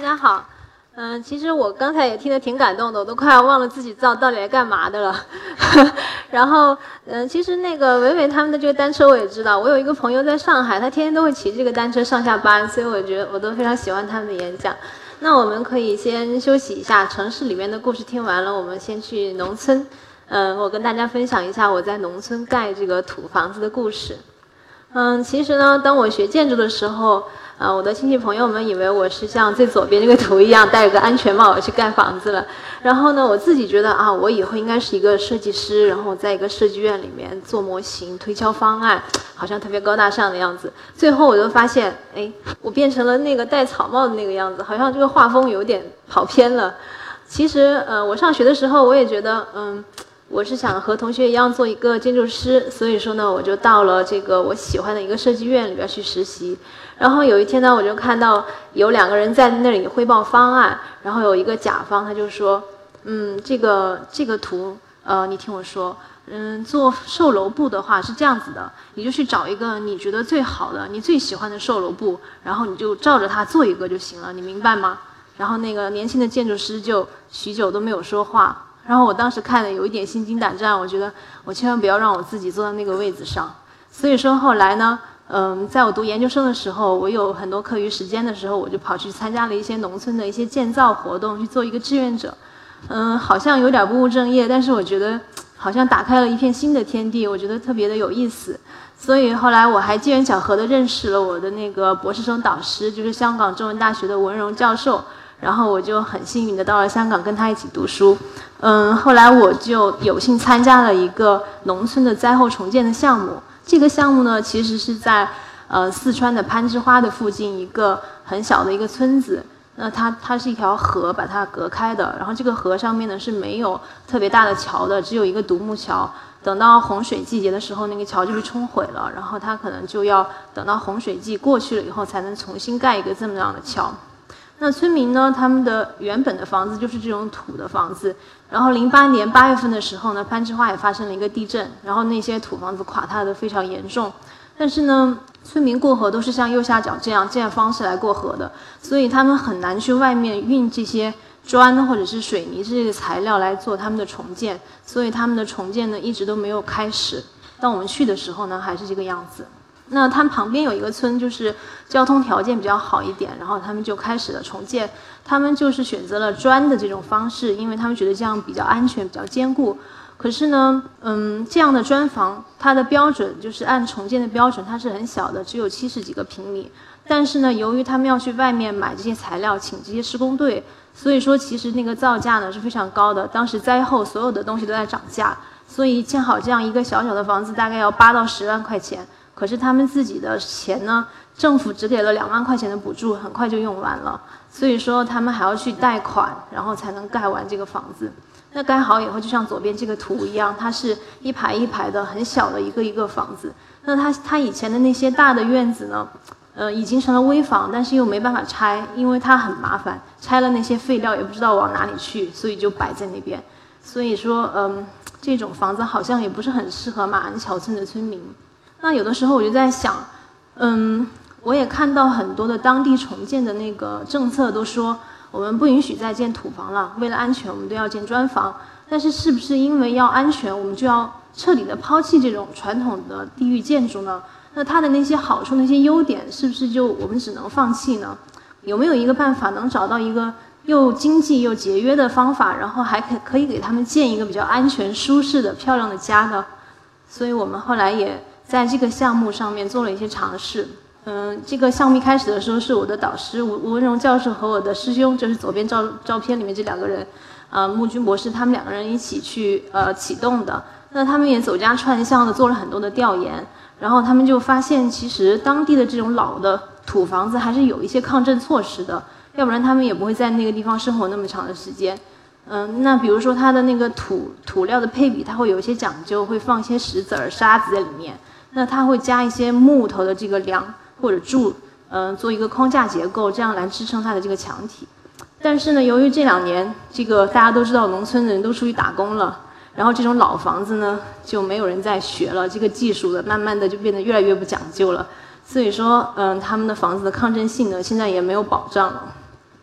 家好。其实我刚才也听得挺感动的，我都快要忘了自己到底来干嘛的了。然后，其实那个伟伟他们的这个单车我也知道，我有一个朋友在上海，他天天都会骑这个单车上下班，所以我觉得我都非常喜欢他们的演讲。那我们可以先休息一下，城市里面的故事听完了，我们先去农村。我跟大家分享一下我在农村盖这个土房子的故事。其实呢，当我学建筑的时候，我的亲戚朋友们以为我是像最左边这个图一样戴着个安全帽去盖房子了。然后呢，我自己觉得我以后应该是一个设计师，然后在一个设计院里面做模型、推敲方案，好像特别高大上的样子。最后我就发现，我变成了那个戴草帽的那个样子，好像这个画风有点跑偏了。其实，我上学的时候我也觉得，我是想和同学一样做一个建筑师，所以说呢，我就到了这个我喜欢的一个设计院里边去实习。然后有一天呢，我就看到有2个人在那里汇报方案，然后有一个甲方他就说，这个图，你听我说，做售楼部的话是这样子的，你就去找一个你觉得最好的、你最喜欢的售楼部，然后你就照着它做一个就行了，你明白吗？然后那个年轻的建筑师就许久都没有说话。然后我当时看了有一点心惊胆战，我觉得我千万不要让我自己坐在那个位子上。所以说后来呢，在我读研究生的时候，我有很多课余时间的时候，我就跑去参加了一些农村的一些建造活动，去做一个志愿者。好像有点不务正业，但是我觉得好像打开了一片新的天地，我觉得特别的有意思。所以后来我还机缘巧合的认识了我的那个博士生导师，就是香港中文大学的文荣教授。然后我就很幸运的到了香港跟他一起读书。后来我就有幸参加了一个农村的灾后重建的项目。这个项目呢，其实是在四川的攀枝花的附近一个很小的一个村子。那它是一条河把它隔开的，然后这个河上面呢是没有特别大的桥的，只有一个独木桥。等到洪水季节的时候，那个桥就被冲毁了，然后它可能就要等到洪水季过去了以后才能重新盖一个这么样的桥。那村民呢，他们的原本的房子就是这种土的房子。然后08年8月份的时候呢，攀枝花也发生了一个地震，然后那些土房子垮塌的非常严重。但是呢，村民过河都是像右下角这样方式来过河的，所以他们很难去外面运这些砖或者是水泥这些材料来做他们的重建，所以他们的重建呢一直都没有开始。当我们去的时候呢，还是这个样子。那他们旁边有一个村，就是交通条件比较好一点，然后他们就开始了重建。他们就是选择了砖的这种方式，因为他们觉得这样比较安全、比较坚固。可是呢，这样的砖房，它的标准就是按重建的标准，它是很小的，只有70几个平米。但是呢，由于他们要去外面买这些材料，请这些施工队，所以说其实那个造价呢是非常高的。当时灾后所有的东西都在涨价，所以建好这样一个小小的房子，大概要8到10万块钱。可是他们自己的钱呢，政府只给了2万块钱的补助，很快就用完了。所以说他们还要去贷款，然后才能盖完这个房子。那盖好以后，就像左边这个图一样，它是一排一排的很小的一个一个房子。那它以前的那些大的院子呢，已经成了危房，但是又没办法拆，因为它很麻烦，拆了那些废料也不知道往哪里去，所以就摆在那边。所以说，这种房子好像也不是很适合马鞍桥村的村民。那有的时候我就在想，我也看到很多的当地重建的那个政策都说，我们不允许再建土房了，为了安全我们都要建砖房。但是是不是因为要安全，我们就要彻底的抛弃这种传统的地域建筑呢？那它的那些好处、那些优点，是不是就我们只能放弃呢？有没有一个办法能找到一个又经济又节约的方法，然后还可以给他们建一个比较安全、舒适的、漂亮的家呢？所以我们后来也在这个项目上面做了一些尝试。这个项目一开始的时候是我的导师吴文荣教授和我的师兄，就是左边照片里面这2个人，穆军博士，他们2个人一起去启动的。那他们也走家串巷的做了很多的调研，然后他们就发现，其实当地的这种老的土房子还是有一些抗震措施的，要不然他们也不会在那个地方生活那么长的时间。那比如说它的那个土料的配比，它会有一些讲究，会放一些石子儿、沙子在里面。那它会加一些木头的这个梁或者柱，做一个框架结构，这样来支撑它的这个墙体。但是呢，由于这2年这个大家都知道，农村的人都出去打工了，然后这种老房子呢就没有人再学了，这个技术的慢慢的就变得越来越不讲究了。所以说，他们的房子的抗震性呢现在也没有保障了。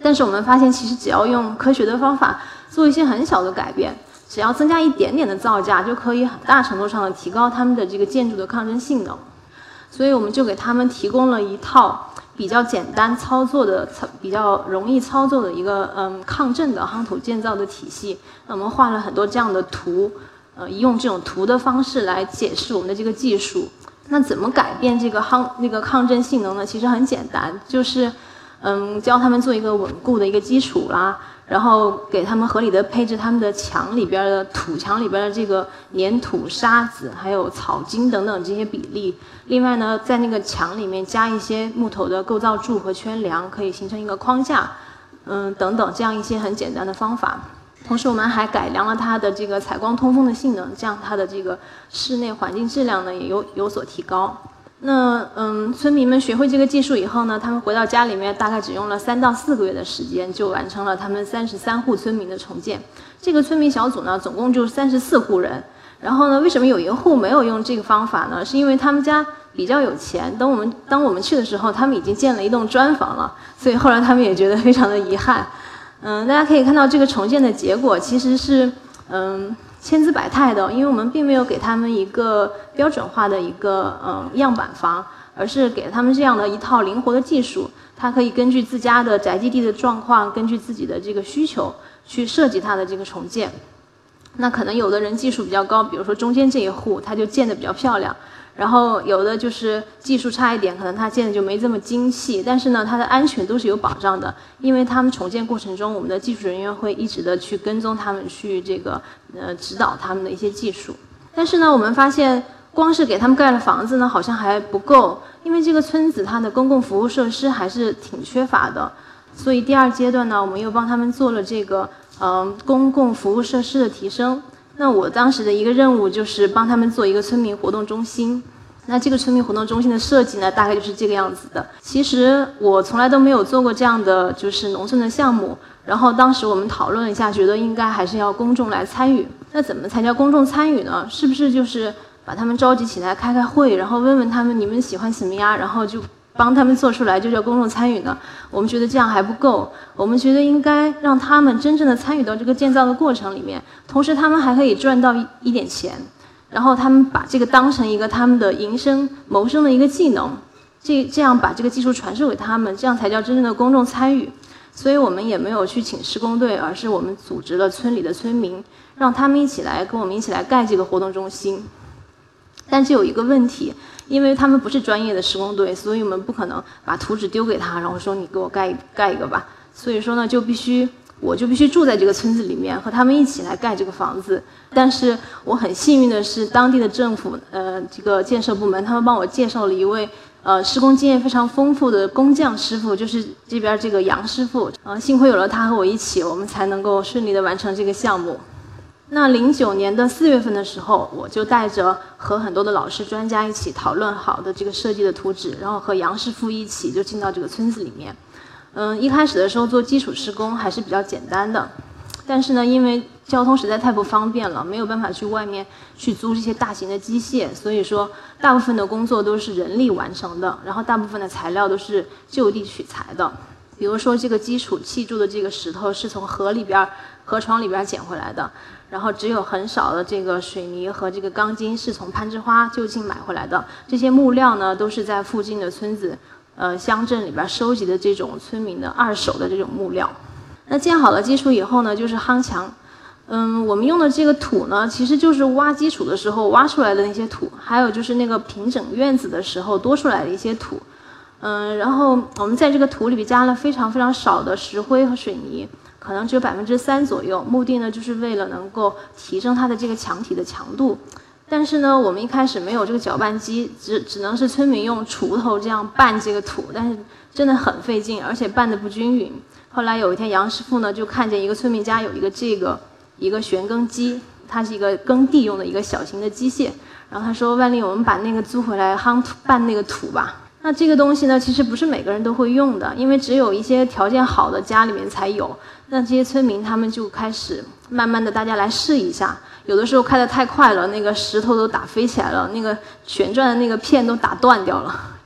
但是我们发现，其实只要用科学的方法做一些很小的改变，只要增加一点点的造价，就可以很大程度上的提高他们的这个建筑的抗震性能。所以我们就给他们提供了一套比较简单操作的、比较容易操作的一个抗震的夯土建造的体系。那我们画了很多这样的图，用这种图的方式来解释我们的这个技术。那怎么改变这个抗震性能呢？其实很简单，就是教他们做一个稳固的一个基础啦，然后给他们合理的配置他们的墙里边的土墙里边的这个粘土、沙子，还有草茎等等这些比例。另外呢，在那个墙里面加一些木头的构造柱和圈梁，可以形成一个框架，等等这样一些很简单的方法。同时我们还改良了它的这个采光通风的性能，这样它的这个室内环境质量呢也有所提高。那村民们学会这个技术以后呢，他们回到家里面大概只用了3到4个月的时间，就完成了他们33户村民的重建。这个村民小组呢，总共就34户人。然后呢，为什么有一户没有用这个方法呢？是因为他们家比较有钱，当我们去的时候，他们已经建了一栋砖房了，所以后来他们也觉得非常的遗憾。大家可以看到这个重建的结果其实是千姿百态的，因为我们并没有给他们一个标准化的一个样板房，而是给他们这样的一套灵活的技术，它可以根据自家的宅基地的状况，根据自己的这个需求去设计它的这个重建。那可能有的人技术比较高，比如说中间这一户他就建得比较漂亮，然后有的就是技术差一点，可能他建的就没这么精细，但是呢它的安全都是有保障的，因为他们重建过程中我们的技术人员会一直的去跟踪他们，去这个指导他们的一些技术。但是呢我们发现光是给他们盖了房子呢好像还不够，因为这个村子它的公共服务设施还是挺缺乏的，所以第2阶段呢我们又帮他们做了这个公共服务设施的提升。那我当时的一个任务就是帮他们做一个村民活动中心。那这个村民活动中心的设计呢，大概就是这个样子的。其实我从来都没有做过这样的就是农村的项目，然后当时我们讨论了一下，觉得应该还是要公众来参与。那怎么才叫公众参与呢？是不是就是把他们召集起来开会，然后问问他们你们喜欢什么呀，然后就帮他们做出来就叫公众参与呢？我们觉得这样还不够，我们觉得应该让他们真正的参与到这个建造的过程里面，同时他们还可以赚到一点钱，然后他们把这个当成一个他们的营生谋生的一个技能，这样把这个技术传授给他们，这样才叫真正的公众参与。所以我们也没有去请施工队，而是我们组织了村里的村民，让他们跟我们一起来盖这个活动中心。但是有一个问题，因为他们不是专业的施工队，所以我们不可能把图纸丢给他，然后说你给我盖一个吧。所以说呢，我就必须住在这个村子里面，和他们一起来盖这个房子。但是我很幸运的是，当地的政府这个建设部门，他们帮我介绍了一位施工经验非常丰富的工匠师傅，就是这边这个杨师傅。幸亏有了他和我一起，我们才能够顺利的完成这个项目。那09年的4月份的时候，我就带着和很多的老师专家一起讨论好的这个设计的图纸，然后和杨师傅一起就进到这个村子里面。一开始的时候做基础施工还是比较简单的，但是呢因为交通实在太不方便了，没有办法去外面去租这些大型的机械，所以说大部分的工作都是人力完成的，然后大部分的材料都是就地取材的。比如说这个基础砌筑的这个石头是从河床里边捡回来的，然后只有很少的这个水泥和这个钢筋是从攀枝花就近买回来的。这些木料呢都是在附近的村子乡镇里边收集的这种村民的2手的这种木料。那建好了基础以后呢，就是夯墙。我们用的这个土呢，其实就是挖基础的时候挖出来的那些土，还有就是那个平整院子的时候多出来的一些土。然后我们在这个土里边加了非常非常少的石灰和水泥，可能只有3%左右，目的呢就是为了能够提升它的这个墙体的强度。但是呢我们一开始没有这个搅拌机，只能是村民用锄头这样拌这个土，但是真的很费劲，而且拌得不均匀。后来有一天杨师傅呢就看见一个村民家有一个旋耕机，它是一个耕地用的一个小型的机械，然后他说万丽我们把那个租回来拌那个土吧。那这个东西呢其实不是每个人都会用的，因为只有一些条件好的家里面才有。那这些村民他们就开始慢慢的大家来试一下，有的时候开得太快了，那个石头都打飞起来了，那个旋转的那个片都打断掉了，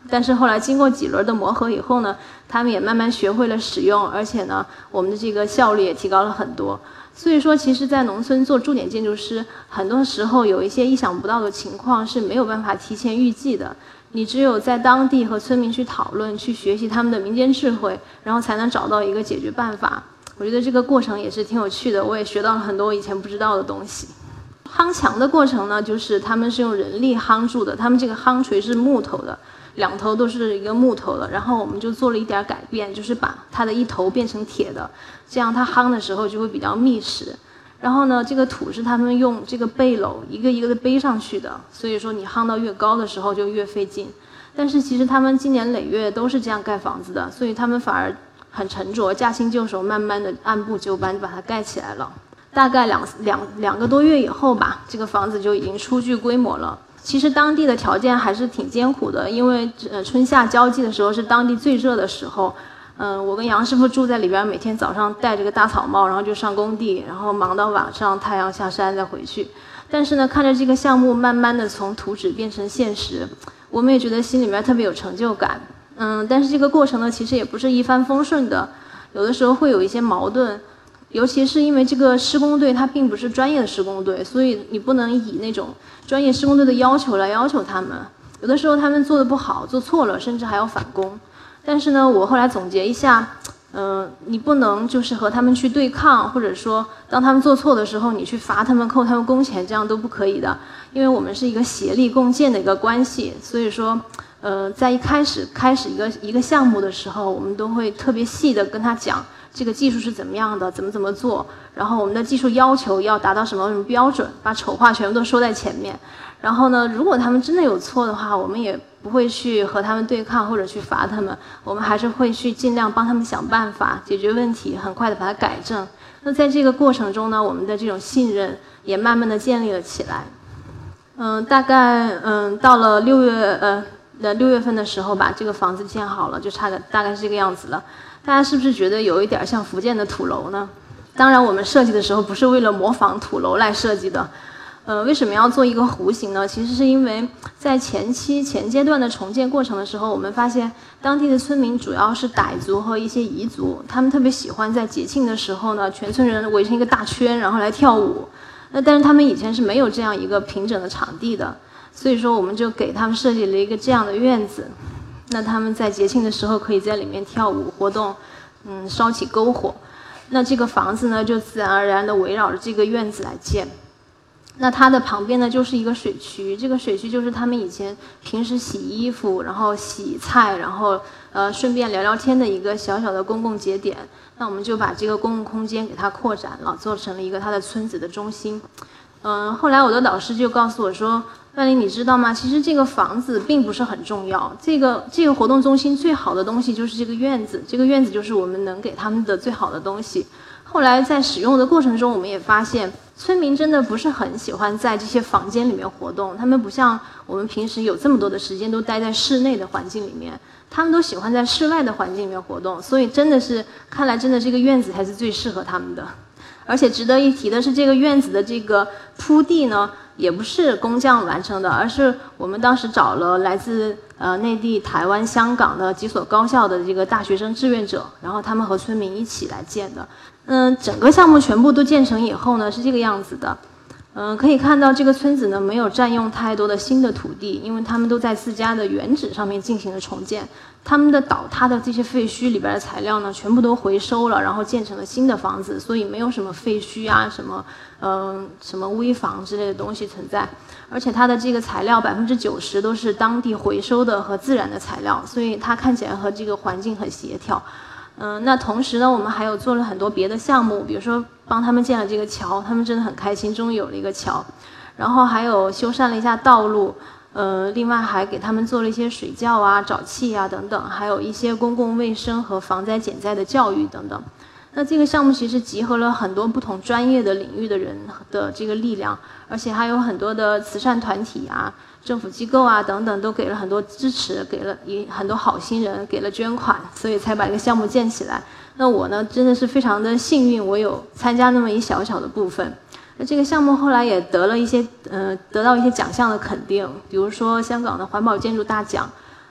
但是后来经过几轮的磨合以后呢，他们也慢慢学会了使用，而且呢，我们的这个效率也提高了很多。所以说，其实在农村做驻点建筑师，很多时候有一些意想不到的情况是没有办法提前预计的。你只有在当地和村民去讨论，去学习他们的民间智慧，然后才能找到一个解决办法。我觉得这个过程也是挺有趣的，我也学到了很多我以前不知道的东西。夯墙的过程呢，就是他们是用人力夯住的，他们这个夯锤是木头的，两头都是一个木头的，然后我们就做了一点改变，就是把它的一头变成铁的，这样它夯的时候就会比较密实。然后呢，这个土是他们用这个背篓一个一个的背上去的，所以说你夯到越高的时候就越费劲。但是其实他们经年累月都是这样盖房子的，所以他们反而很沉着，驾轻就熟，慢慢的按部就班就把它盖起来了。大概两个多月以后吧，这个房子就已经初具规模了。其实当地的条件还是挺艰苦的，因为春夏交际的时候是当地最热的时候。我跟杨师傅住在里边，每天早上戴着个大草帽，然后就上工地，然后忙到晚上太阳下山再回去。但是呢，看着这个项目慢慢的从图纸变成现实，我们也觉得心里面特别有成就感。但是这个过程呢，其实也不是一帆风顺的，有的时候会有一些矛盾。尤其是因为这个施工队它并不是专业的施工队，所以你不能以那种专业施工队的要求来要求他们。有的时候他们做得不好，做错了，甚至还要返工。但是呢，我后来总结一下，你不能就是和他们去对抗，或者说当他们做错的时候，你去罚他们、扣他们工钱，这样都不可以的。因为我们是一个协力共建的一个关系，所以说，在开始一个项目的时候，我们都会特别细的跟他讲。这个技术是怎么样的，怎么做，然后我们的技术要求要达到什么标准，把丑话全部都说在前面。然后呢，如果他们真的有错的话，我们也不会去和他们对抗或者去罚他们，我们还是会去尽量帮他们想办法解决问题，很快的把它改正。那在这个过程中呢，我们的这种信任也慢慢的建立了起来。大概到了6月份的时候吧，这个房子建好了，就大概是这个样子了。大家是不是觉得有一点像福建的土楼呢？当然我们设计的时候不是为了模仿土楼来设计的。为什么要做一个弧形呢？其实是因为在前阶段的重建过程的时候，我们发现当地的村民主要是傣族和一些彝族，他们特别喜欢在节庆的时候呢，全村人围成一个大圈，然后来跳舞。但是他们以前是没有这样一个平整的场地的，所以说我们就给他们设计了一个这样的院子。那他们在节庆的时候可以在里面跳舞活动，烧起篝火。那这个房子呢，就自然而然的围绕着这个院子来建。那它的旁边呢，就是一个水渠，这个水渠就是他们以前平时洗衣服，然后洗菜，然后顺便聊聊天的一个小小的公共节点。那我们就把这个公共空间给它扩展了，做成了一个它的村子的中心。后来我的导师就告诉我说，万里你知道吗？其实这个房子并不是很重要，这个活动中心最好的东西就是这个院子，这个院子就是我们能给他们的最好的东西。后来在使用的过程中，我们也发现村民真的不是很喜欢在这些房间里面活动，他们不像我们平时有这么多的时间都待在室内的环境里面，他们都喜欢在室外的环境里面活动，所以真的是看来真的这个院子才是最适合他们的。而且值得一提的是，这个院子的这个铺地呢，也不是工匠完成的，而是我们当时找了来自内地、台湾、香港的几所高校的这个大学生志愿者，然后他们和村民一起来建的。整个项目全部都建成以后呢，是这个样子的。可以看到这个村子呢没有占用太多的新的土地，因为他们都在自家的原址上面进行了重建。他们的倒塌的这些废墟里边的材料呢，全部都回收了，然后建成了新的房子，所以没有什么废墟啊、什么危房之类的东西存在。而且它的这个材料90%都是当地回收的和自然的材料，所以它看起来和这个环境很协调。那同时呢，我们还有做了很多别的项目，比如说帮他们建了这个桥，他们真的很开心，终于有了一个桥。然后还有修缮了一下道路，另外还给他们做了一些水窖啊、沼气啊等等，还有一些公共卫生和防灾减灾的教育等等。那这个项目其实集合了很多不同专业的领域的人的这个力量，而且还有很多的慈善团体啊、政府机构啊等等都给了很多支持，给了很多好心人给了捐款，所以才把这个项目建起来。那我呢，真的是非常的幸运，我有参加那么一小小的部分。那这个项目后来也得到一些奖项的肯定，比如说香港的环保建筑大奖，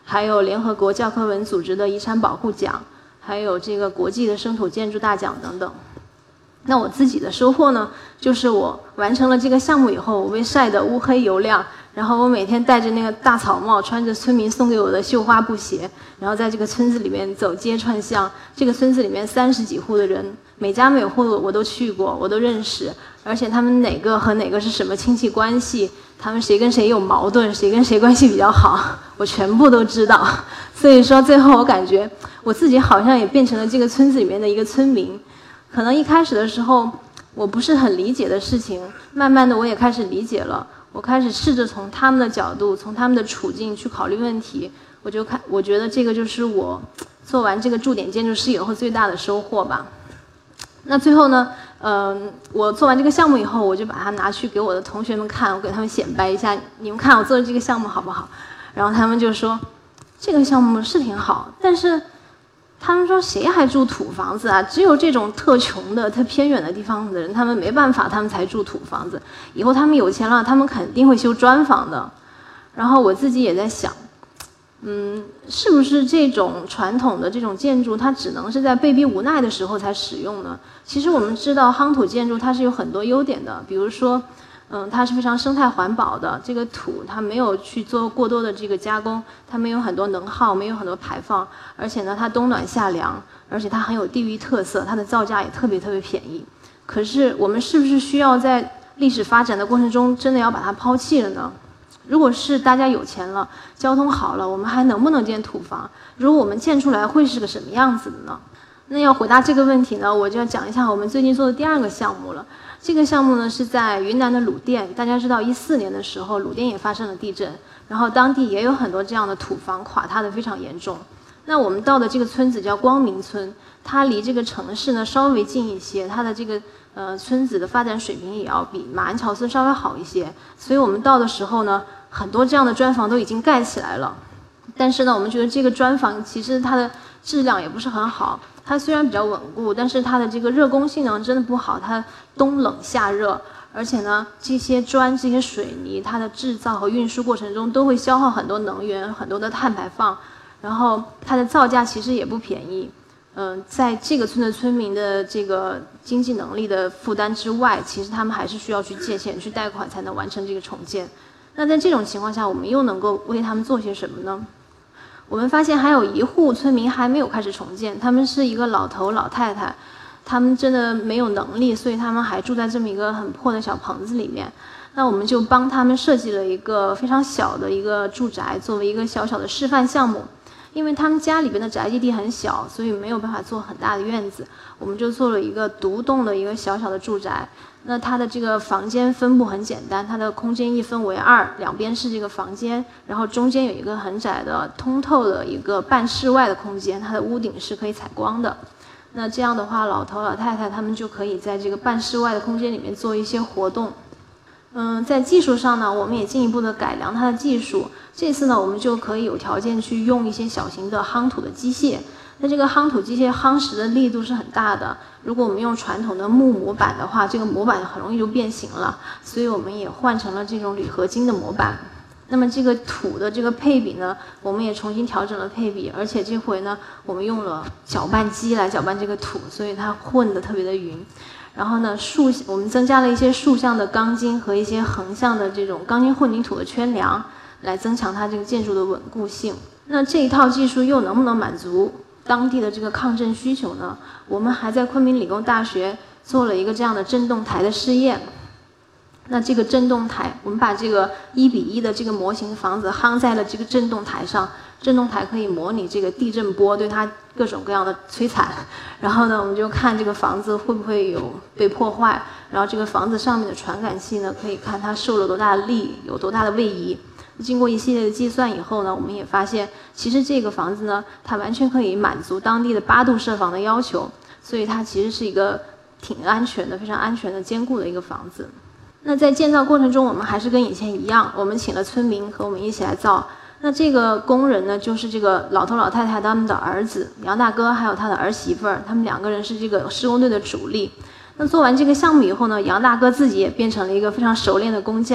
还有联合国教科文组织的遗产保护奖，还有这个国际的生土建筑大奖等等。那我自己的收获呢，就是我完成了这个项目以后，我被晒得乌黑油亮，然后我每天戴着那个大草帽，穿着村民送给我的绣花布鞋，然后在这个村子里面走街串巷。这个村子里面30几户的人，每家每户我都去过，我都认识，而且他们哪个和哪个是什么亲戚关系，他们谁跟谁有矛盾，谁跟谁关系比较好，我全部都知道。所以说最后我感觉我自己好像也变成了这个村子里面的一个村民。可能一开始的时候我不是很理解的事情，慢慢的我也开始理解了，我开始试着从他们的角度，从他们的处境去考虑问题。我觉得这个就是我做完这个驻点建筑师以后最大的收获吧。那最后呢，我做完这个项目以后，我就把它拿去给我的同学们看，我给他们显摆一下，你们看我做的这个项目好不好？然后他们就说，这个项目是挺好，但是他们说谁还住土房子啊？只有这种特穷的、特偏远的地方的人，他们没办法，他们才住土房子。以后他们有钱了，他们肯定会修砖房的。然后我自己也在想，是不是这种传统的这种建筑，它只能是在被逼无奈的时候才使用呢？其实我们知道夯土建筑它是有很多优点的，比如说，它是非常生态环保的，这个土它没有去做过多的这个加工，它没有很多能耗，没有很多排放，而且呢它冬暖夏凉，而且它很有地域特色，它的造价也特别特别便宜。可是我们是不是需要在历史发展的过程中真的要把它抛弃了呢？如果是大家有钱了，交通好了，我们还能不能建土房？如果我们建出来会是个什么样子的呢？那要回答这个问题呢，我就要讲一下我们最近做的第2个项目了。这个项目呢是在云南的鲁甸，大家知道14年的时候鲁甸也发生了地震，然后当地也有很多这样的土房垮塌的非常严重。那我们到的这个村子叫光明村，它离这个城市呢稍微近一些，它的这个村子的发展水平也要比马鞍桥村稍微好一些，所以我们到的时候呢，很多这样的砖房都已经盖起来了。但是呢，我们觉得这个砖房其实它的质量也不是很好，它虽然比较稳固，但是它的这个热工性能真的不好，它冬冷夏热，而且呢，这些砖、这些水泥，它的制造和运输过程中都会消耗很多能源、很多的碳排放，然后它的造价其实也不便宜。在这个村的村民的这个经济能力的负担之外，其实他们还是需要去借钱、去贷款才能完成这个重建。那在这种情况下，我们又能够为他们做些什么呢？我们发现还有1户村民还没有开始重建，他们是一个老头老太太，他们真的没有能力，所以他们还住在这么一个很破的小棚子里面。那我们就帮他们设计了一个非常小的一个住宅，作为一个小小的示范项目。因为他们家里边的宅基地很小，所以没有办法做很大的院子，我们就做了一个独栋的一个小小的住宅。那它的这个房间分布很简单，它的空间一分为2，两边是这个房间，然后中间有一个很窄的通透的一个半室外的空间，它的屋顶是可以采光的。那这样的话，老头老太太他们就可以在这个半室外的空间里面做一些活动。在技术上呢，我们也进一步的改良它的技术。这次呢，我们就可以有条件去用一些小型的夯土的机械。那这个夯土机械夯实的力度是很大的，如果我们用传统的木模板的话，这个模板很容易就变形了，所以我们也换成了这种铝合金的模板。那么这个土的这个配比呢，我们也重新调整了配比，而且这回呢，我们用了搅拌机来搅拌这个土，所以它混得特别的匀。然后呢，我们增加了一些竖向的钢筋和一些横向的这种钢筋混凝土的圈梁，来增强它这个建筑的稳固性。那这一套技术又能不能满足当地的这个抗震需求呢？我们还在昆明理工大学做了一个这样的振动台的试验。那这个振动台，我们把这个1:1的这个模型房子夯在了这个振动台上，振动台可以模拟这个地震波对它各种各样的摧残。然后呢，我们就看这个房子会不会有被破坏，然后这个房子上面的传感器呢，可以看它受了多大的力，有多大的位移。经过一系列的计算以后呢，我们也发现，其实这个房子呢，它完全可以满足当地的8度设防的要求，所以它其实是一个挺安全的、非常安全的、坚固的一个房子。那在建造过程中，我们还是跟以前一样，我们请了村民和我们一起来造。那这个工人呢，就是这个老头老太太他们的儿子杨大哥，还有他的儿媳妇儿，他们2个人是这个施工队的主力。那做完这个项目以后呢，杨大哥自己也变成了一个非常熟练的工匠。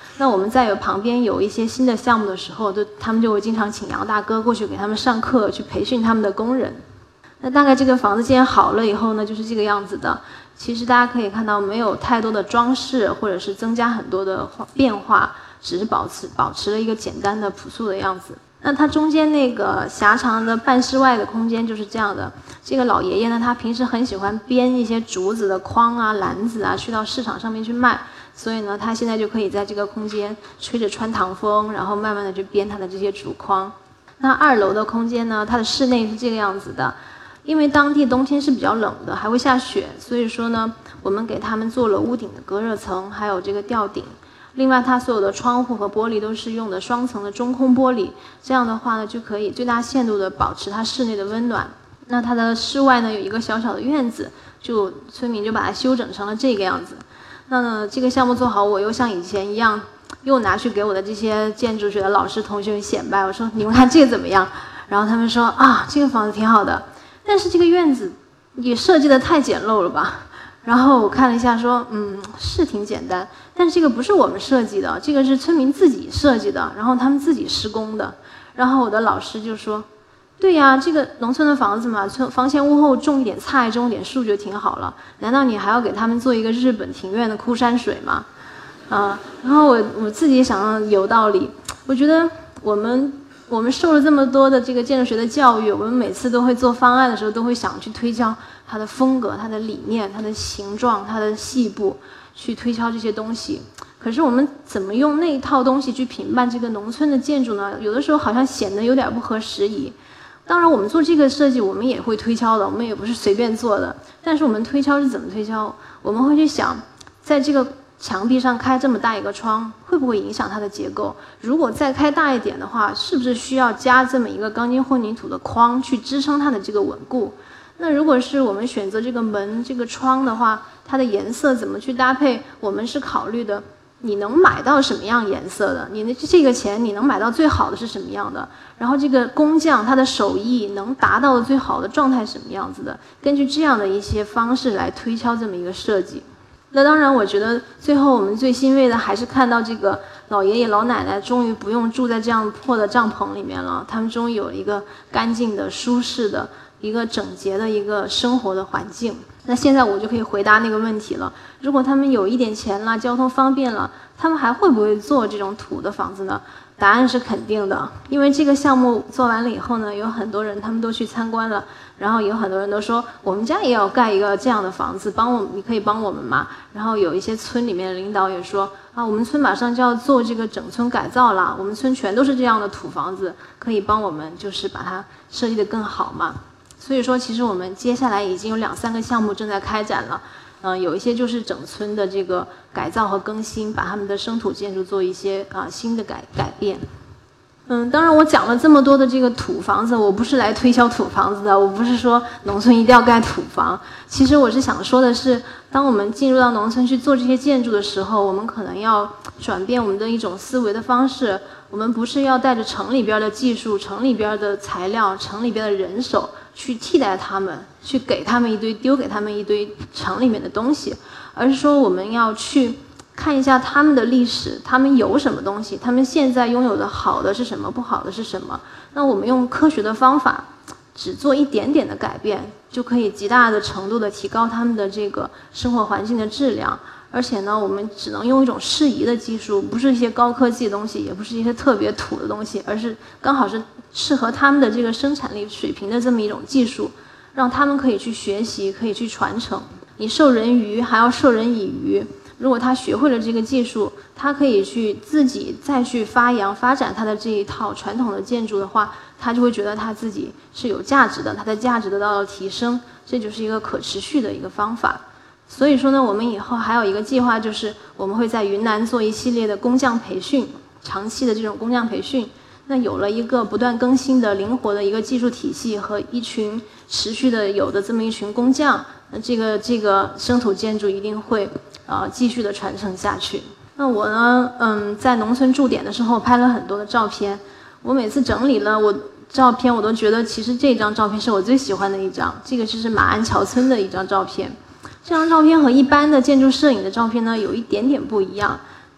那我们在旁边有一些新的项目的时候，他们就会经常请杨大哥过去给他们上课，去培训他们的工人。那大概这个房子建好了以后呢，就是这个样子的。其实大家可以看到，没有太多的装饰，或者是增加很多的变化，只是保持了一个简单的朴素的样子。那它中间那个狭长的半室外的空间就是这样的。这个老爷爷呢，他平时很喜欢编一些竹子的筐啊、篮子啊，去到市场上面去卖。所以呢，他现在就可以在这个空间吹着穿堂风，然后慢慢的去编他的这些竹筐。那2楼的空间呢，它的室内是这个样子的。因为当地冬天是比较冷的，还会下雪，所以说呢，我们给他们做了屋顶的隔热层，还有这个吊顶。另外，它所有的窗户和玻璃都是用的双层的中空玻璃，这样的话呢，就可以最大限度的保持它室内的温暖。那它的室外呢，有一个小小的院子，村民就把它修整成了这个样子。那呢，这个项目做好，我又像以前一样，又拿去给我的这些建筑学的老师同学显摆，我说你们看这个怎么样？然后他们说啊，这个房子挺好的。但是这个院子也设计得太简陋了吧？然后我看了一下说，是挺简单，但是这个不是我们设计的，这个是村民自己设计的，然后他们自己施工的。然后我的老师就说，对呀，这个农村的房子嘛，房前屋后种一点菜，种一点树就挺好了，难道你还要给他们做一个日本庭院的枯山水吗？然后我自己想有道理，我觉得我们受了这么多的这个建筑学的教育，我们每次都会做方案的时候，都会想去推敲它的风格、它的理念、它的形状、它的细部，去推敲这些东西。可是我们怎么用那一套东西去评判这个农村的建筑呢？有的时候好像显得有点不合时宜。当然，我们做这个设计，我们也会推敲的，我们也不是随便做的。但是我们推敲是怎么推敲？我们会去想，在这个墙壁上开这么大一个窗，会不会影响它的结构？如果再开大一点的话，是不是需要加这么一个钢筋混凝土的框去支撑它的这个稳固？那如果是我们选择这个门、这个窗的话，它的颜色怎么去搭配？我们是考虑的，你能买到什么样颜色的？你的这个钱你能买到最好的是什么样的？然后这个工匠他的手艺能达到的最好的状态是什么样子的？根据这样的一些方式来推敲这么一个设计。那当然，我觉得最后我们最欣慰的还是看到这个老爷爷老奶奶终于不用住在这样破的帐篷里面了，他们终于有一个干净的、舒适的、一个整洁的一个生活的环境。那现在我就可以回答那个问题了：如果他们有一点钱了，交通方便了，他们还会不会做这种土的房子呢？答案是肯定的，因为这个项目做完了以后呢，有很多人他们都去参观了，然后有很多人都说我们家也要盖一个这样的房子，你可以帮我们吗？然后有一些村里面的领导也说啊，我们村马上就要做这个整村改造了，我们村全都是这样的土房子，可以帮我们就是把它设计得更好嘛。所以说，其实我们接下来已经有2-3个项目正在开展了。有一些就是整村的这个改造和更新，把他们的生土建筑做一些新的改变。当然我讲了这么多的这个土房子，我不是来推销土房子的，我不是说农村一定要盖土房。其实我是想说的是，当我们进入到农村去做这些建筑的时候，我们可能要转变我们的一种思维的方式。我们不是要带着城里边的技术、城里边的材料、城里边的人手去替代他们，去给他们一堆、丢给他们一堆城里面的东西，而是说我们要去看一下他们的历史，他们有什么东西，他们现在拥有的好的是什么，不好的是什么。那我们用科学的方法，只做一点点的改变，就可以极大的程度的提高他们的这个生活环境的质量。而且呢，我们只能用一种适宜的技术，不是一些高科技的东西，也不是一些特别土的东西，而是刚好是适合他们的这个生产力水平的这么一种技术，让他们可以去学习，可以去传承。你授人鱼还要授人以渔，如果他学会了这个技术，他可以去自己再去发扬发展他的这一套传统的建筑的话，他就会觉得他自己是有价值的，他的价值得到了提升，这就是一个可持续的一个方法。所以说呢，我们以后还有一个计划，就是我们会在云南做一系列的工匠培训，长期的这种工匠培训。那有了一个不断更新的灵活的一个技术体系和一群持续的有的这么一群工匠，那这个生土建筑一定会继续的传承下去。那我呢，在农村驻点的时候拍了很多的照片，我每次整理了照片，我都觉得其实这张照片是我最喜欢的一张，这个就是马鞍桥村的一张照片。这张照片和一般的建筑摄影的照片呢有一点点不一样，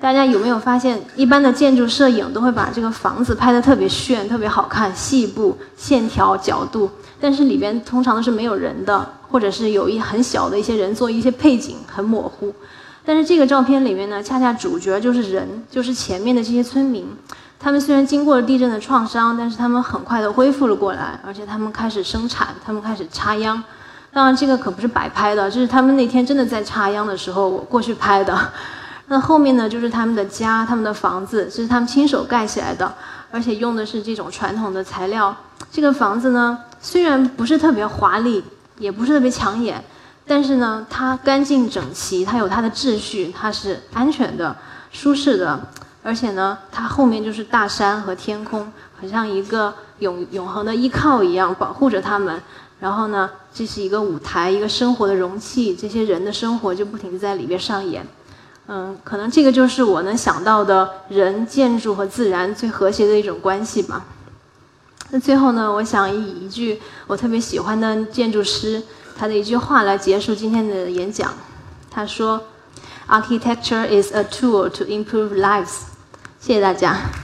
大家有没有发现，一般的建筑摄影都会把这个房子拍得特别炫、特别好看、细部、线条、角度，但是里边通常都是没有人的，或者是有很小的一些人做一些配景，很模糊。但是这个照片里面呢，恰恰主角就是人，就是前面的这些村民。他们虽然经过了地震的创伤，但是他们很快的恢复了过来，而且他们开始生产，他们开始插秧。当然，这个可不是摆拍的，这是他们那天真的在插秧的时候我过去拍的。那后面呢，就是他们的家，他们的房子，这是他们亲手盖起来的，而且用的是这种传统的材料。这个房子呢，虽然不是特别华丽，也不是特别抢眼，但是呢，它干净整齐，它有它的秩序，它是安全的、舒适的，而且呢，它后面就是大山和天空，好像一个永恒的依靠一样，保护着他们。然后呢，这是一个舞台，一个生活的容器，这些人的生活就不停地在里边上演。可能这个就是我能想到的人、建筑和自然最和谐的一种关系吧。那最后呢，我想以一句我特别喜欢的建筑师他的一句话来结束今天的演讲。他说 ：“Architecture is a tool to improve lives。”谢谢大家。